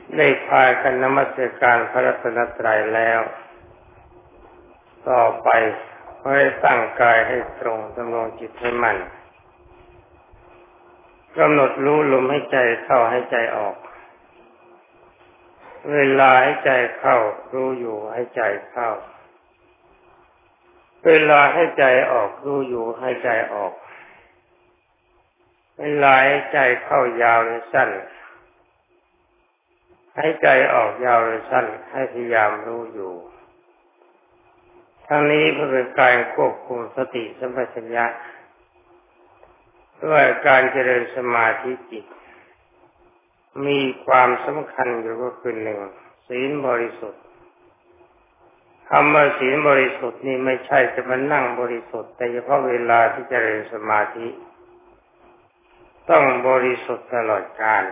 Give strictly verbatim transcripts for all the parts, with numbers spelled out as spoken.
ได้พากันนมัสการพระรัตนตรัยแล้วต่อไปให้ตั้งกายให้ตรงดำรงจิตให้มั่นกำหนดรู้ลมให้ใจเข้าให้ใจออกเวลาให้ใจเข้ารู้อยู่ให้ใจเข้าเวลาให้ใจออกรู้อยู่ให้ใจออกเวลาให้ใจเข้ายาวหรือสั้นให้ใจออกยาวหรือสั้นให้พยายามรู้อยู่ทั้งนี้เพื่อเป็นการควบคุมสติสัมปชัญญะด้วยการเจริญสมาธิจิตมีความสำคัญอยู่ก็คือหนึ่งศีลบริสุทธิ์คำว่าศีลบริสุทธิ์นี่ไม่ใช่จะมานั่งบริสุทธิ์แต่เฉพาะเวลาที่เจริญสมาธิต้องบริสุทธิ์ตลอดกาล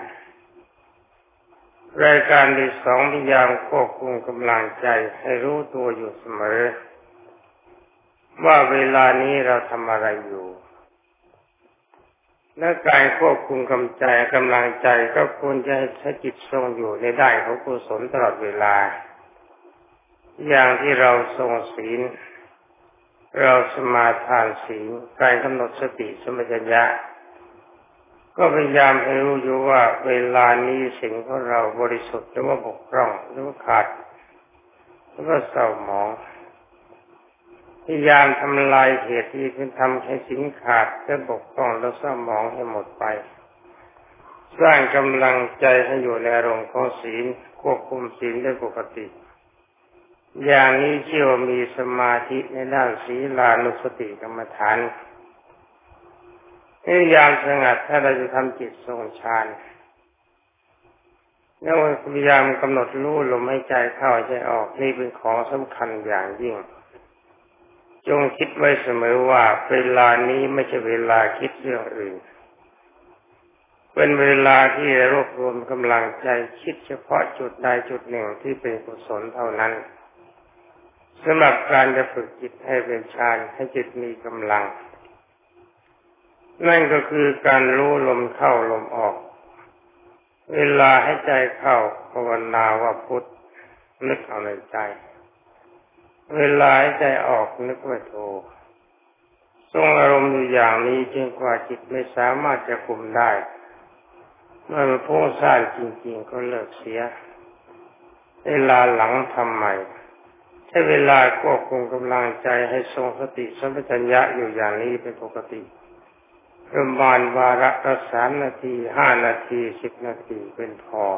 รายการที่สองพยายามควบคุมกำลังใจให้รู้ตัวอยู่เสมอว่าเวลานี้เราทำอะไรอยู่และการควบคุมกำลังใจกำลังใจก็ควรจะให้ใช้จิตทรงอยู่ในด้านของกุศลตลอดเวลาอย่างที่เราทรงศีลเราสมาทานศีลการกำหนดสติสัมปชัญญะก็พยายามให้รู้อยู่ว่าเวลานี้สิ่งของเราบริสุทธิ์หรือว่าบกพร่องหรือว่าขาดหรือว่าเศร้าหมองพยายามทำลายเหตุที่เป็นทำให้สิ่งขาดและบกพร่องและเศร้าหมองให้หมดไปสร้างกำลังใจให้อยู่ในอารมณ์ของศีลควบคุมศีลได้ปกติอย่างนี้ชื่อว่ามีสมาธิในด้านศีลานุสติกรรมฐานพยายามสงัดถ้าเราจะทำจิตทรงฌานแล้วพยายามกำหนดรู้ลมให้ใจเข้าใจออกนี่เป็นของสำคัญอย่างยิ่งจงคิดไว้เสมอว่าเวลานี้ไม่ใช่เวลาคิดเรื่องอื่นเป็นเวลาที่รวบรวมกำลังใจคิดเฉพาะจุดใดจุดหนึ่งที่เป็นกุศลเท่านั้นสำหรับการจะฝึกจิตให้เป็นฌานให้จิตมีกำลังนั่นก็คือการรู้ลมเข้าลมออกเวลาให้ใจเข้าภาวนาว่าพุทธนึกเอาในใจเวลาให้ใจออกนึกว่าโธทรงอารมณ์อยู่อย่างนี้จนกว่าจิตไม่สามารถจะคุมได้เมื่อมันพุ่งซ่านจริงๆก็เลิกเสียเวลาหลังทำใหม่ใช้เวลาควบคุมกำลังใจให้ทรงสติสัมปชัญญะอยู่อย่างนี้เป็นปกติประมาณวาระละสามนาทีห้านาทีสิบนาทีเป็นพอ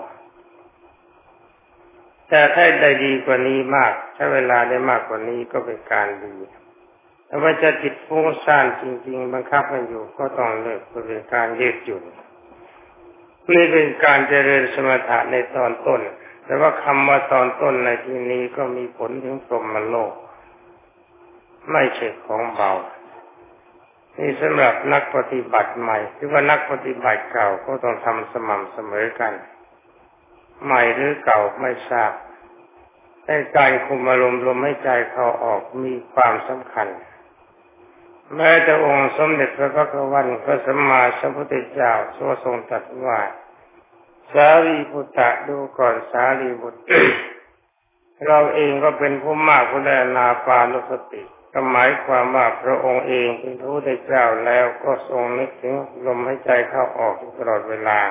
แต่ถ้าได้ดีกว่านี้มากใช้เวลาได้มากกว่านี้ก็เป็นการดีแต่ว่าจะจิตฟุ้งซ่านจริงๆบังคับมันอยู่ก็ต้องเลิกเป็นการยืดหยุ่นนี่เป็นการเจริญสมถะในตอนต้นแต่ว่าคำว่าตอนต้นในที่นี้ก็มีผลถึงพรหมโลกไม่ใช่ของเบานี่สำหรับนักปฏิบัติใหม่หรือว่านักปฏิบัติเก่าก็ต้องทำสม่ำเสมอกันใหม่หรือเก่าไม่ทราบแต่การคุมอารมณ์ลมให้ใจเข้าออกมีความสำคัญแม้แต่องค์สมเด็จพระพักวันพระสัมมาสัมพุทธเจ้าทรงตรัสว่าสารีบุตรดูก่อนสารีบุตร เราเองก็เป็นผู้มากผู้ได้อานาปานสติก็หมายความว่าพระองค์เองเป็นพระพุทธเจ้าแล้วก็ทรงนึกถึงลมหายใจเข้าออกตลอดเวลา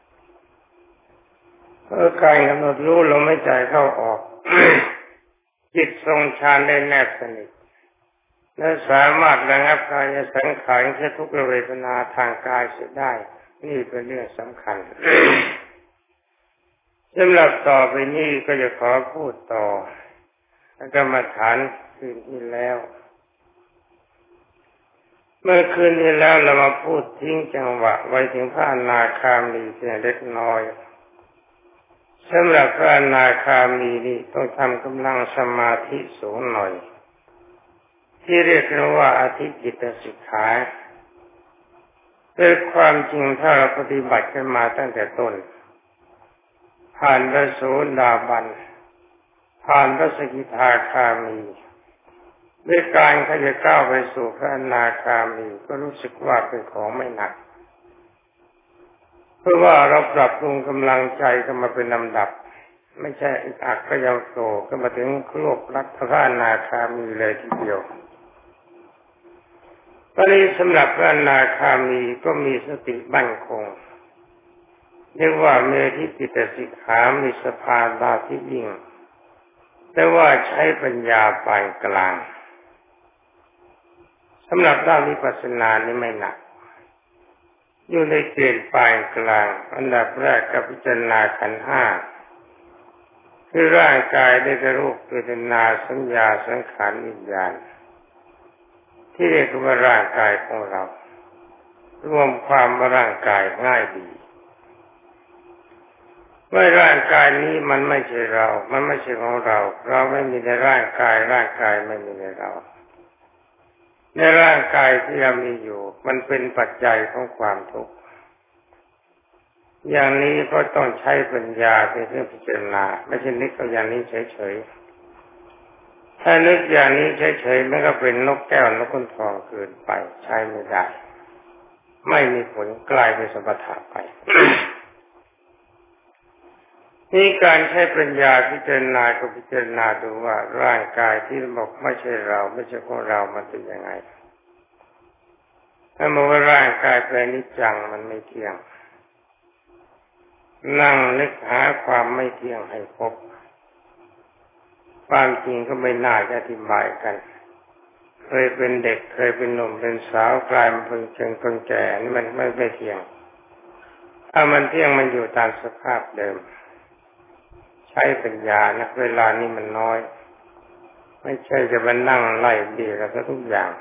เพื่อการกำหนดรู้ลมหายใจเข้าออก จิตทรงฌานได้แนบสนิทและสามารถระงับกายสังขารแค่ทุกเวทนาทางกายเสียได้นี่เป็นเรื่องสำคัญ สำหรับต่อไปนี้ก็จะขอพูดต่อกรรมฐานคืนที่แล้วเมื่อคืนที่แล้วเรามาพูดทิ้งจังหวะไว้ถึงพระอนาคามีเพียงเล็กน้อยสำหรับพระอนาคามีนี่ต้องทำกำลังสมาธิสูงหน่อยที่เรียกว่าอธิจิตสิกขาเป็นความจริงถ้าเราปฏิบัติกันมาตั้งแต่ต้นผ่านพระโสดาบันผ่านพระสกิทาคามีด้วยการขยับก้าวไปสู่พระอนาคามีก็รู้สึกว่าเป็นของไม่หนักเพราะว่าเราปรับปรุงกำลังใจกันมาเป็นลำดับไม่ใช่อักก็ยังโตก็มาถึงโลกรักพระอนาคามีเลยทีเดียวตอนนี้สำหรับพระอนาคามีก็มีสติมั่นคงเรียกว่าเมธิติตสิกขามีสภาวะที่ยิ่งแต่ว่าใช้ปัญญาปานกลางสำหรับด้านวิปัสสนานี่ไม่หนักอยู่ในเกณฑ์ปานกลางอันดับแรกกับพิจารณาขันธ์ห้าคือร่างกายได้กระรูปเวทนาสัญญาสังขารวิญญาณที่เรียกว่าร่างกายของเรารวมความว่าร่างกายง่ายดีเมื่อร่างกายนี้มันไม่ใช่เรามันไม่ใช่ของเราเราไม่มีในร่างกายร่างกายไม่มีในเราในร่างกายที่เรามีอยู่มันเป็นปัจจัยของความทุกข์อย่างนี้ก็ต้องใช้ปัญญาเป็นเครื่องพิจารณาไม่ใช่นึกเอาอย่างนี้เฉยๆถ้านึกอย่างนี้เฉยๆมันก็เป็นนกแก้วนกขุนทองเกินไปใช้ไม่ได้ไม่มีผลกลายเป็นสมถะไป นี่การใช้ปัญญาพิจารณาก็พิจารณาดูว่าร่างกายที่บอกไม่ใช่เราไม่ใช่ของเรามันเป็นยังไงถ้าบอกว่าร่างกายเป็นนิจจังมันไม่เที่ยงนั่งนึกหาความไม่เที่ยงให้พบความจริงก็ไม่น่าจะอธิบายกันเคยเป็นเด็กเคยเป็นหนุ่มเป็นสาวกลายมาเป็นเชิงคนแก่นี่มันไม่ไม่เที่ยงถ้ามันเที่ยงมันอยู่ตามสภาพเดิมใช้ปัญญานะเวลานี้มันน้อยไม่ใช่จะมานั่งไล่เบี้ยกันทุกอย่าง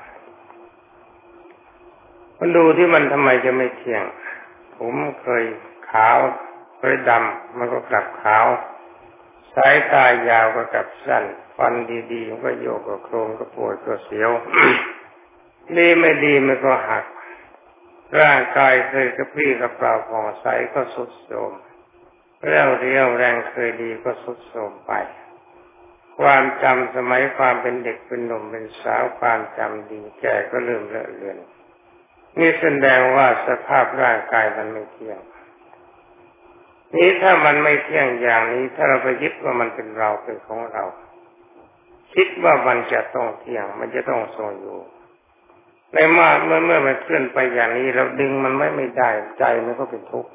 มันดูที่มันทำไมจะไม่เที่ยงผมเคยขาวเคยดำมันก็กลับขาวสายตายาวก็กลับสั้นฟันดีๆมันก็โยกก็โครงก็ปวดก็เสียว ดีไม่ดีมันก็หักร่างกายเคยกระปรี้กระเปร่าผ่องใสก็ทรุดโทรมเรี่ยวเรี่ยวแรงเคยดีก็ทรุดโทรมไปความจำสมัยความเป็นเด็กเป็นหนุ่มเป็นสาวความจำดีแก่ก็เริ่มเลอะเลือนนี่แสดงว่าสภาพร่างกายมันไม่เที่ยงนี้ถ้ามันไม่เที่ยงอย่างนี้ถ้าเราไปยึดว่ามันเป็นเราเป็นของเราคิดว่ามันจะต้องเที่ยงมันจะต้องทรงอยู่ในมากเมื่อเมื่อมันเคลื่อนไปอย่างนี้เราดึงมันไม่ไม่ได้ใจมันก็เป็นทุกข์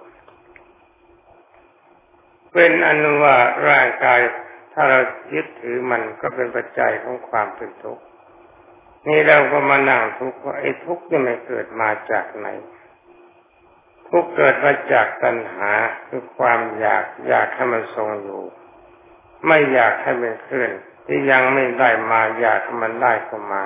เป็นอนุว่าร่างกายถ้าเรายึดถือมันก็เป็นปัจจัยของความเป็นทุกข์นี่เราก็มานั่งทุกข์ว่าไอ้ทุกข์นี่มันเกิดมาจากไหนทุกข์เกิดมาจากตัณหาคือความอยากอยากให้มันทรงอยู่ไม่อยากให้มันเคลื่อนที่ยังไม่ได้มาอยากให้มันได้เข้ามา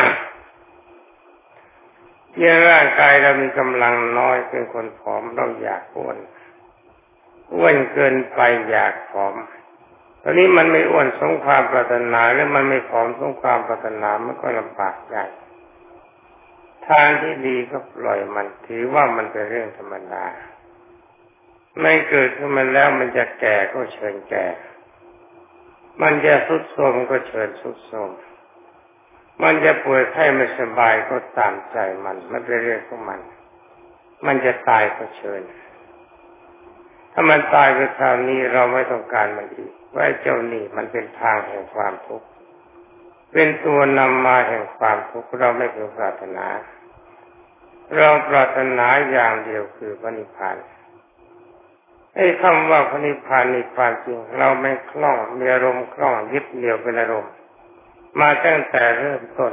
เมื่อร่างกายเรามีกำลังน้อยเป็นคนผอมเราอยากอ้วนอ้วนเกินไปอยากผอมตอนนี้มันไม่อ้วนสมความปรารถนาหรือมันไม่ผอมสมความปรารถนามันก็ลำบากใหญ่ทางที่ดีก็ปล่อยมันถือว่ามันเป็นเรื่องธรรมดาไม่เกิดขึ้นมาแล้วมันจะแก่ก็เชิญแก่มันจะทรุดโทรมก็เชิญทรุดโทรมมันจะป่วยไข้ไม่สบายก็ตามใจมันมันเป็นเรื่องของมันมันจะตายก็เชิญถ้ามันตายไปคราวนี้เราไม่ต้องการมันอีกว่าเจ้านี่มันเป็นทางแห่งความทุกข์เป็นตัวนำมาแห่งความทุกข์เราไม่พึงปรารถนาเราปรารถนาอย่างเดียวคือพระนิพพานไอ้คำว่าพระนิพพานนี่ความจริงเราไม่คล่องมีอารมณ์คล่องยึดเดี่ยวเป็นอารมณ์มาตั้งแต่เริ่มต้น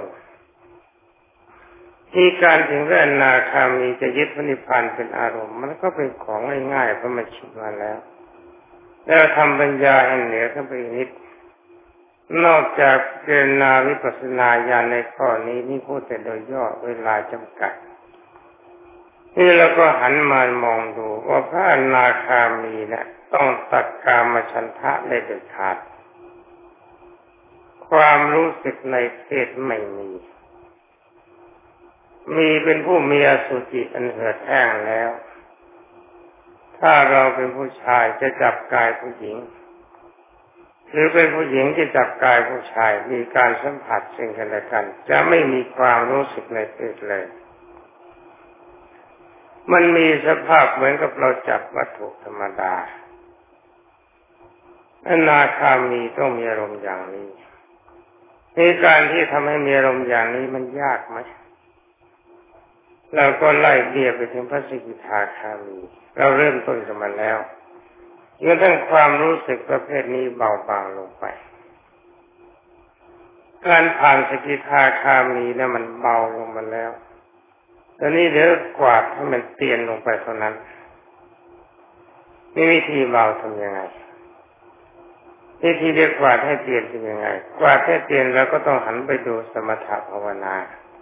ที่การถึงพระอนาคามีจะยึดพระนิพพานเป็นอารมณ์มันก็เป็นของง่ายๆเพราะมันชินมาแล้วแล้วทำปัญญาให้เหนือขึ้นไปอีกนิดนอกจากเจริญนาวิปัสสนาญาณในข้อนี้นี่พูดแต่โดยย่อเวลาจำกัดนี่เราก็หันมามองดูว่าพระอนาคามีนะต้องตัดกามฉันทะได้เด็ดขาดความรู้สึกในเพศไม่มีมีเป็นผู้มีอสุจิอันเหือดแห้งแล้วถ้าเราเป็นผู้ชายจะจับกายผู้หญิงหรือเป็นผู้หญิงที่จับกายผู้ชายมีการสัมผัสซึ่งกันและกันจะไม่มีความรู้สึกในเพศเลยมันมีสภาพเหมือนกับเราจับวัตถุธรรมดาอนาคามีต้องมีอารมณ์อย่างนี้ในการที่ทำให้มีอารมณ์อย่างนี้มันยากไหมเราก็ไล่เบี้ยไปถึงพระสกิทาคามีเราเริ่มต้นกันมาแล้วจนทั้งความรู้สึกประเภทนี้เบาบางลงไปการผ่านสกิทาคามีแล้วมันเบาลงมาแล้วตอนนี้เดี๋ยวกวาดให้มันเตียนลงไปเท่านั้นมีวิธีเบาทำยังไงวิธีเรียกกวาดให้เตียนเป็นยังไงกวาดให้เตียนแล้วก็ต้องหันไปดูสมถภาวนา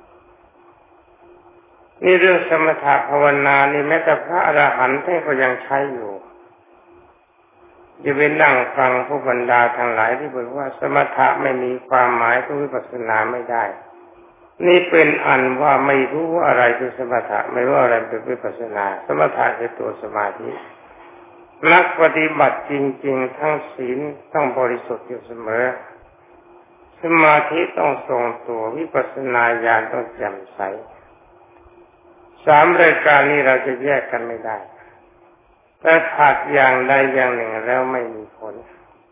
นี่เรื่องสมถภาวนานี่แม้แต่พระอรหันต์ท่านก็ยังใช้อยู่อย่าไปนั่งฟังผู้บรรดาทั้งหลายที่บอกว่าสมถะไม่มีความหมายของวิปัสสนาไม่ได้นี่เป็นอันว่าไม่รู้อะไรคือสมถะไม่รู้อะไรเป็นวิปัสสนาสมถะคือตัวสมาธินักปฏิบัติจริงๆทั้งศีลต้องบริสุทธิ์อยู่เสมอสมาธิต้องทรงตัววิปัสสนาญาณต้องแจ่มใสสามรายการนี้เราจะแยกกันไม่ได้ถ้าขาดอย่างใดอย่างหนึ่งแล้วไม่มีผล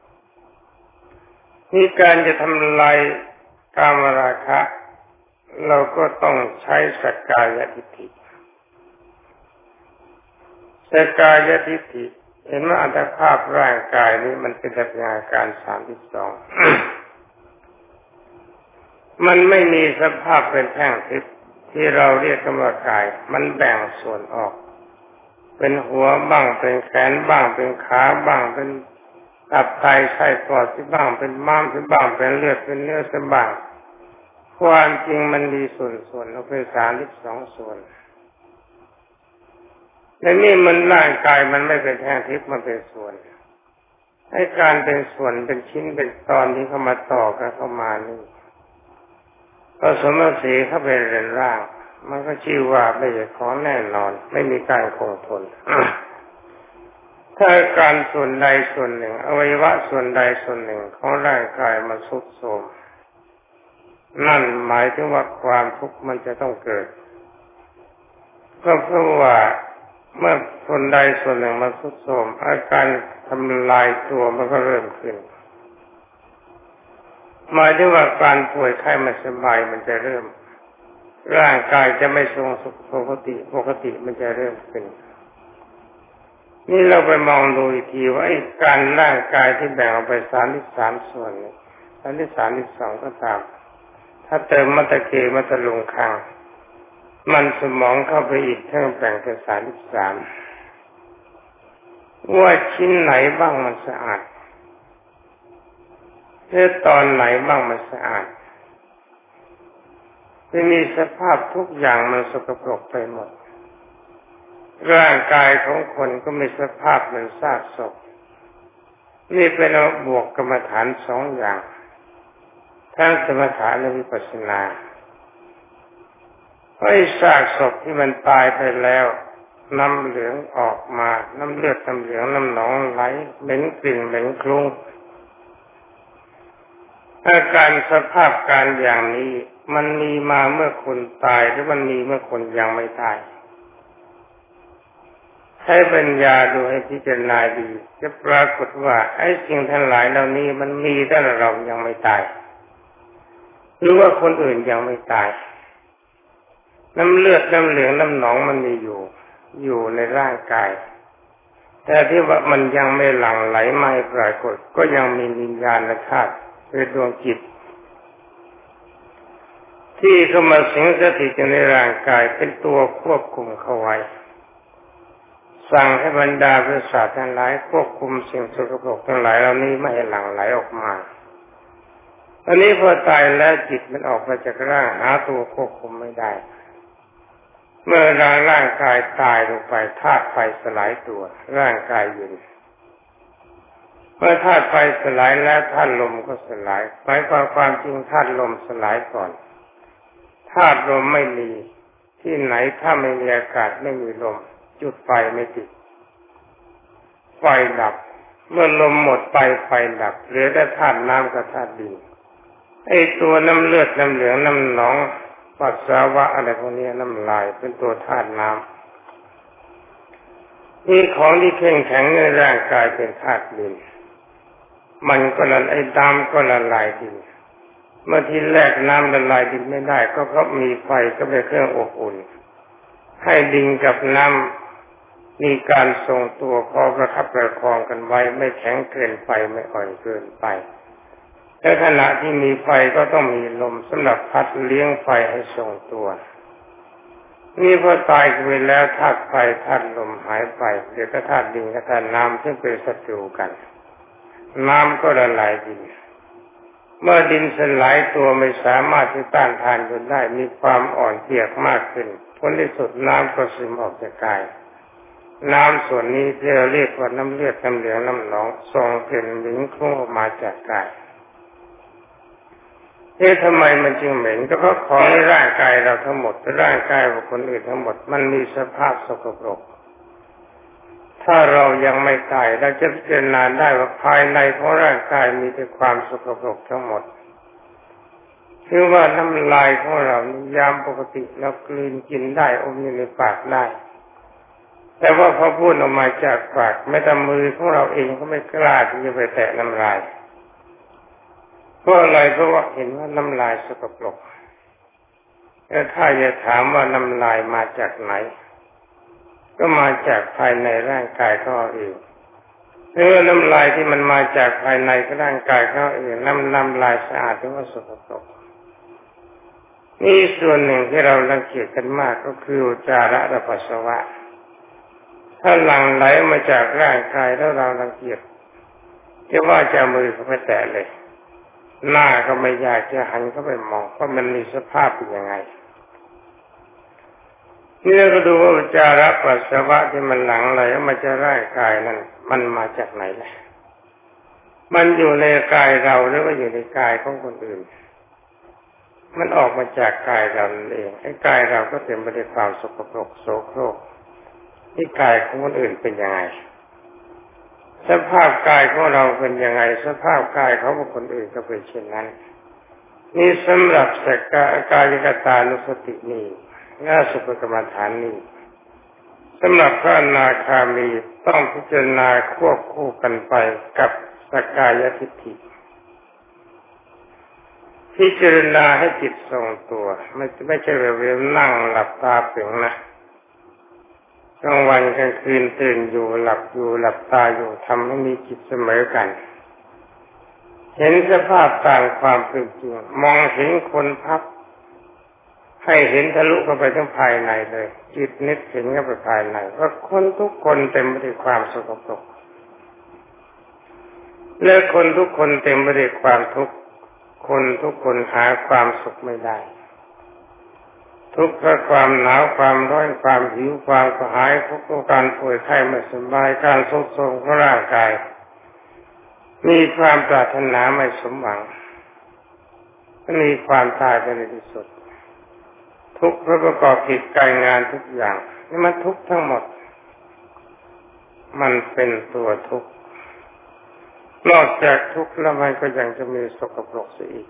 นี่การจะทำลายกามราคะเราก็ต้องใช้สักกายทิฏฐิสักกายทิฏฐิเห็นว่าอัตภาพร่างกายนี้มันเป็นแต่อาการสามสิบสอง มันไม่มีสภาพเป็นแท่งทิพย์ที่เราเรียกกันว่ากายมันแบ่งส่วนออกเป็นหัวบ้างเป็นแขนบ้างเป็นขาบ้างเป็นตับไตไส้ปอดที่บ้างเป็นม้ามที่บ้างเป็นเลือดเป็นเนื้อสมบ้างความจริงมันมีส่วนส่วนเราเป็นสามสิบสองส่วนในนี่มันร่างกายมันไม่เป็นแท่งทิพย์มันเป็นส่วนให้การเป็นส่วนเป็นชิ้นเป็นตอนที่เข้ามาต่อกันเข้ามานี่ผสมสีเข้าไปเรียนร่างมันก็ชื่อว่าไม่ใช่ของแน่นอนไม่มีการคงทน ถ้าการส่วนใดส่วนหนึ่งอวัยวะส่วนใดส่วนหนึ่งของร่างกายมันทรุดโทรมนั่นหมายถึงว่าความทุกข์มันจะต้องเกิดก็เพราะว่าเมื่อส่วนใดส่วนหนึ่งมันทรุดโทรมอาการทำลายตัวมันก็เริ่มขึ้นหมายถึงว่าการป่วยไข้ไม่สบายมันจะเริ่มร่างกายจะไม่ทรงสุขปกติปกติมันจะเริ่มขึ้นนี่เราไปมองดูอีกทีว่าไอ้การร่างกายที่แบ่งออกไปสามสิบสามส่วนนี่สามสิบสามสิบสองก็ตามถ้าเติมมัตตะเกมัตตะลุงคังมันสมองเข้าไปอีกทั้งแบ่งเป็นสามสิบสามว่าชิ้นไหนบ้างมันสะอาดหรือตอนไหนบ้างมันสะอาดไม่มีสภาพทุกอย่างมันสกปรกไปหมดร่างกายของคนก็มีสภาพเหมือนซากศพนี่เป็นเอาบวกกรรมฐานสองอย่างทั้งสมถะและวิปัสสนาไอ้ซากศพที่มันตายไปแล้วน้ำเหลืองออกมาน้ำเลือดน้ำเหลืองน้ำหนองไหลเหม็นกลิ่นเหม็นคลุ้งอาการสภาพการอย่างนี้มันมีมาเมื่อคนตายหรือมันมีเมื่อคนยังไม่ตายใช้ปัญญาดูให้พิจารณาดีจะปรากฏว่าไอ้สิ่งทั้งหลายเหล่านี้มันมีแต่เรายังไม่ตายหรือว่าคนอื่นยังไม่ตายน้ำเลือดน้ำเหลืองน้ำหนองมันมีอยู่อยู่ในร่างกายแต่ที่ว่ามันยังไม่หลั่งไหลไม่ปรากฏก็ยังมีวิญญาณธาตุคือดวงจิตที่เข้ามาสิงสถิตอยู่ในร่างกายเป็นตัวควบคุมเข้าไว้สั่งให้บรรดาประสาททั้งหลายควบคุมสิ่งสกปรกทั้งหลายเหล่านี้ไม่ให้หลั่งไหลออกมาตอนนี้พอตายแล้วจิตมันออกมาจากร่างหาตัวควบคุมไม่ได้เมื่อร่างกายตายลงไปธาตุไฟสลายตัวร่างกายเย็นเมื่อธาตุไฟสลายแล้วธาตุลมก็สลายหมายความความจริงธาตุลมสลายก่อนธาตุลมไม่มีที่ไหนถ้าไม่มีอากาศไม่มีลมจุดไฟไม่ติดไฟดับเมื่อลมหมดไปไฟดับเหลือแต่ธาตุน้ำกับธาตุดินไอ้ตัวน้ำเลือดน้ำเหลืองน้ำหนองปัสสาวะอะไรพวกนี้น้ำลายเป็นตัวธาตุน้มีของที่แข็งแข็งในร่างกายเป็นธาตุดินมันก็ละไอ้น้ำก็ละลายดินเมื่อที่แรกน้ำละลายดินไม่ได้ก็เพราะมีไฟก็เป็นเครื่องอบอุ่นให้ดินกับน้ำมีการทรงตัวพอประคับประคองกันไว้ไม่แข็งเกินไปไม่อ่อนเกินไปและขณะที่มีไฟก็ต้องมีลมสำหรับพัดเลี้ยงไฟให้ทรงตัวนี่พอตายไปแล้วธาตุไฟธาตุลมหายไปเหลือแต่ธาตุดินกับธาตุน้ำซึ่งเป็นศัตรูกันน้ำก็ละลายดินเมื่อดินสลายตัวไม่สามารถที่ต้านทานจนได้มีความอ่อนเปียกมากขึ้นผลที่สุดน้ำก็ซึมออกจากกายน้ำส่วนนี้ที่เราเรียกว่าน้ำเลือดน้ำเหลืองน้ำหนองส่งกลิ่นเหม็นคลุ้งออกมาจากกายเอ๊ะทำไมมันจึงเหม็นก็เพราะของในร่างกายเราทั้งหมดร่างกายของคนอื่นทั้งหมดมันมีสภาพสกปรกถ้าเรายังไม่ตายเราจะพิจารณาได้ว่าภายในของร่างกายมีแต่ความสกปรกทั้งหมดคือว่าน้ำลายของเรายามปกติเรากลืนกินได้อมอยู่ในปากได้แต่ว่าพอพูดออกมาจากปากแม้แต่มือของเราเองก็ไม่กล้าที่จะไปแตะน้ำลายเพราะอะไรเพราะว่าเห็นว่าน้ำลายสกปรกแล้วถ้าจะถามว่าน้ำลายมาจากไหนก็มาจากภายในร่างกายเขาเองเนื้อน้ำลายที่มันมาจากภายในร่างกายเขาเองน้ำน้ำลายสะอาดหรือว่าสกปรกนี่ส่วนหนึ่งที่เรารังเกียจกันมากก็คืออุจจาระและปัสสาวะถ้าหลั่งไหลมาจากร่างกายแล้วเรารังเกียจจะว่าจะมือเขาไปแตะเลยหน้าก็ไม่อยากจะหันเข้าไปมองเพราะมันมีสภาพเป็นยังไงนี่เราก็ดูว่าอุจจาระปัสสาวะที่มันหลั่งไหลมาจากร่างกายนั้นมันมาจากไหนล่ะมันอยู่ในกายเราหรือว่าอยู่ในกายของคนอื่นมันออกมาจากกายเราเองไอ้กายเราก็เต็มไปด้วยความสกปรกโสโครกที่กายของคนอื่นเป็นยังไงสภาพกายของเราเป็นยังไงสภาพกายของคนอื่นก็เป็นเช่นนั้นนี่สำหรับสักกากายกตานุสตินี่ง่าสุภกรรมฐานนี่สำหรับพระอนาคามีต้องพิจารณาควบคู่กันไปกับสักกายทิฏฐิพิจารณาให้จิตทรงตัวไม่ไม่ใช่เรียๆนั่งหลับตาเพ่งนะกลางวันกลางคืนตื่นอยู่หลับอยู่หลับตาอยู่ทำให้มีจิตเสมอกันเห็นสภาพตามความเป็นจริงมองเห็นคนพักให้เห็นทะลุเข้าไปทั้งภายในเลยจิตนึกเห็นเข้าไปภายในว่าคนทุกคนเต็มไปด้วยความสกปรกและคนทุกคนเต็มไปด้วยความทุกข์คนทุกคนหาความสุขไม่ได้ทุกข์เพราะความหนาวความร้อนความหิวความกระหายทุกข์เพราะการป่วยไข้ไม่สบายการทรุดโทรมของร่างกายมีความปรารถนาไม่สมหวังมีความตายเป็นที่สุดทุกข์เพราะประกอบกิจการงานทุกอย่างนี่มันทุกข์ทั้งหมดมันเป็นตัวทุกข์นอกจากทุกข์แล้วมันก็ยังจะมีสกปรกเสียอีก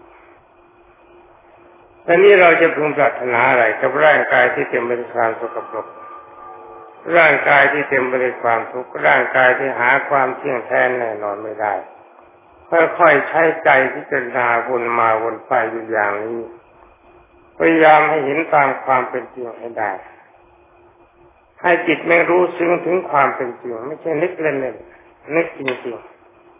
แต่นี้เราจะพึงปรารถนาอะไรกับร่างกายที่เต็มไปด้วยความสกปรกร่างกายที่เต็มไปด้วยความทุกข์ร่างกายที่หาความเที่ยงแท้แน่นอนไม่ได้ค่อยๆใช้ใจพิจารณาวนมาวนไปอยู่อย่างนี้พยายามให้เห็นตามความเป็นจริงให้ได้ให้จิตไม่รู้ซึ้งถึงความเป็นจริงไม่ใช่นึกเล่นๆนึกจริงๆ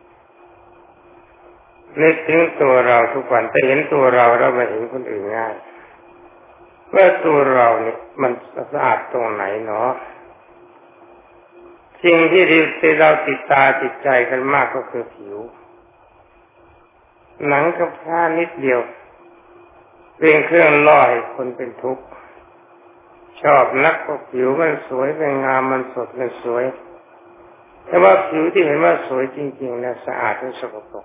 นึกถึงตัวเราทุกวันแต่เห็นตัวเราแล้วไม่เห็นคนอื่นง่ายเมื่อตัวเราเนี่ยมันสะอาดตรงไหนเนาะสิ่งที่เราติดตาติดใจกันมากก็คือผิวหนังกับผ้านิดเดียวเป็นเครื่องล่อให้คนเป็นทุกข์ชอบนักก็ผิวมันสวยเป็นงามมันสดมันสวยแต่ว่าผิวที่เห็นว่าสวยจริงๆนะสะอาดหรือสกปรก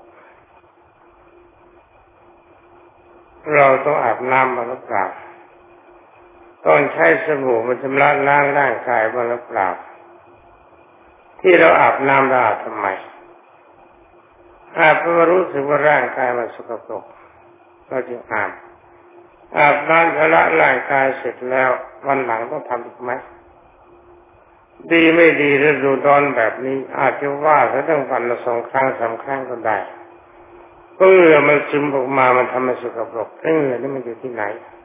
เราต้องอาบน้ำมาหรือเปล่าต้องใช้สบู่มาชำระล้างร่างกายมาหรือเปล่าที่เราอาบน้ำเราอาบทำไมอาบเพราะรู้สึกว่าร่างกายมันสกปรกเราจึงอาบอาบน้ำชำระร่างกายเสร็จแล้ววันหลังต้องทำอีกไหมดีไม่ดีฤดูร้อนแบบนี้อาจจะว่าถ้าต้องวันละสองครั้งสามครั้งก็ได้เพราะเหงื่อมันซึมออกมามันทำให้สกปรกเหงื่อนี่มันอยู่ที่ไหน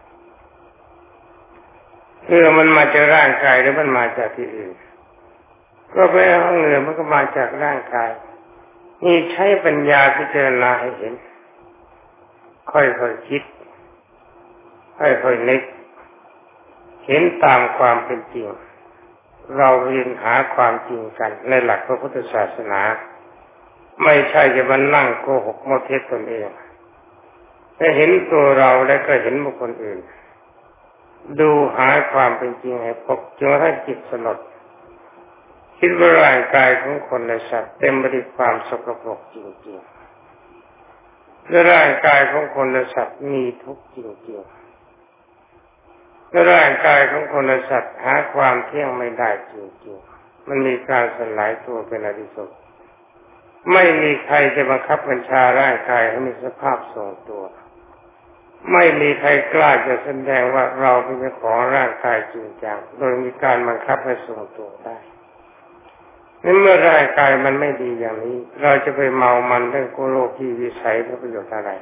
เหงื่อมันมาจากร่างกายหรือมันมาจากที่อื่นก็ไปเอาเหงื่อมันก็มาจากร่างกายนี่ใช้ปัญญาพิจารณาให้เห็นค่อยๆ ค, คิดค่อยๆนึกเห็นตามความเป็นจริงเราเรียนหาความจริงกันในหลักพระพุทธศาสนาไม่ใช่จะมานั่งโกหกโมเทศตนเองแต่เห็นตัวเราและก็เห็นบุคคลอื่นดูหาความเป็นจริงให้พบจนให้จิตสลดคิดว่าร่างกายของคนและสัตว์เต็มไปด้วยความสกปรกจริงๆและร่างกายของคนและสัตว์มีทุกข์จริงๆและร่างกายของคนและสัตว์หาความเที่ยงไม่ได้จริงๆมันมีการสลายตัวเป็นอนิจจ์ไม่มีใครจะบังคับบัญชาร่างกายให้มีสภาพทรงตัวไม่มีใครกล้าจะแสดงว่าเราเป็นเจ้าของร่างกายจริงจังโดยมีการบังคับให้ทรงตัวได้นี่เมื่อร่างกายมันไม่ดีอย่างนี้เราจะไปเมามันเรื่องโกโลกีวิสัยเพื่อประโยชน์อะไร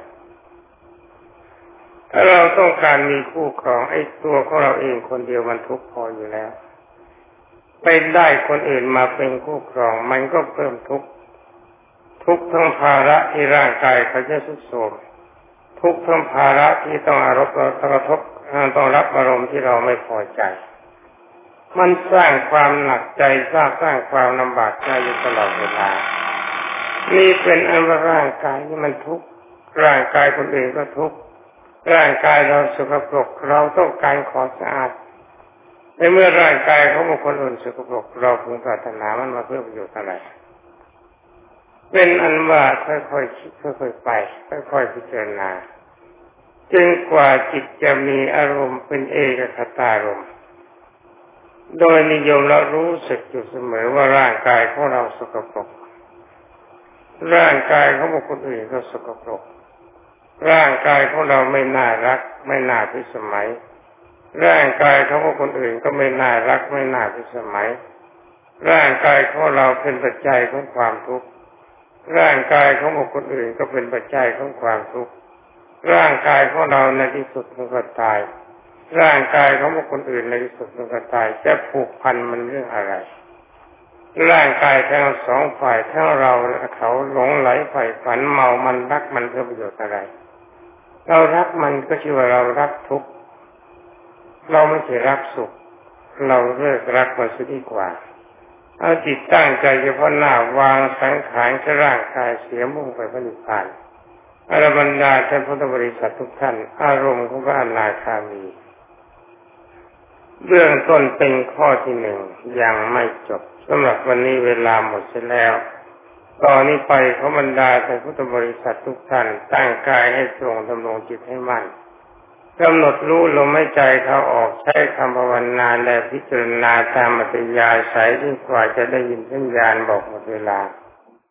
ถ้าเราต้องการมีคู่ครองไอ้ตัวของเราเองคนเดียวมันทุกข์พออยู่แล้วไปได้คนอื่นมาเป็นคู่ครองมันก็เพิ่มทุกข์ทุกข์ทั้งภาระที่ร่างกายเขาจะทรุดโทรมทุกข์ทั้งภาระที่ต้องอารมณ์กระทบต้องรับอารมณ์ที่เราไม่พอใจมันสร้างความหนักใจสร้างสร้างความลำบากใจอยู่ตลอดเวลานี่เป็นอันว่าร่างกายนี่มันทุกข์ร่างกายคนอื่นก็ทุกข์ร่างกายเราสกปรกเราต้องการขอสะอาดในเมื่อร่างกายของบุคคลอื่นสกปรกเราพึงปรารถนามันมาเพื่อประโยชน์อะไรเป็นอันว่าค่อยๆคิดค่อยๆไปค่อยๆพิจารณาจนกว่าจิตจะมีอารมณ์เป็นเอกคตารมณ์โดยนิยมเรารู้สึกอยู่เสมอว่าร่างกายของเราสกปรกร่างกายของบุคคลอื่นก็สกปรกร่างกายของเราไม่น่ารักไม่น่าพิสมัยร่างกายของบุคคลอื่นก็ไม่น่ารักไม่น่าพิสมัยร่างกายของเราเป็นปัจจัยของความทุกข์ร่างกายของบุคคลอื่นก็เป็นปัจจัยของความทุกข์ร่างกายของเราในที่สุดมันก็ตายร่างกายของบุคคลอื่นในที่สุดมันก็ตายจะผูกพันมันเรื่องอะไรร่างกายทั้งสองฝ่ายทั้งเราและเขาหลงไหลใฝ่ฝันเมามันรักมันเพื่อประโยชน์อะไรเรารักมันก็ชื่อว่าเรารักทุกข์เราไม่ใช่รักสุขเราเลิกรักมันเสียดีกว่าเอาจิตตั้งใจเฉพาะหน้าวางสังขารกับร่างกายเสียมุ่งไปพระนิพพานอรบรรดาท่านพุทธบริษัททุกท่านอารมณ์ของพระอนาคามีเบื้องต้นเป็นข้อที่หนึ่งยังไม่จบสำหรับวันนี้เวลาหมดเสียแล้วตอนนี้ไปขอบรรดาท่านพุทธบริษัททุกท่านตั้งกายให้ตรงดำรงจิตให้มั่นกำหนดรู้ลมหายใจเข้าออกใช้คำภาวนาและพิจารณาตามอัธยาศัยจนกว่าจะได้ยินสัญญาณบอกหมดเวลา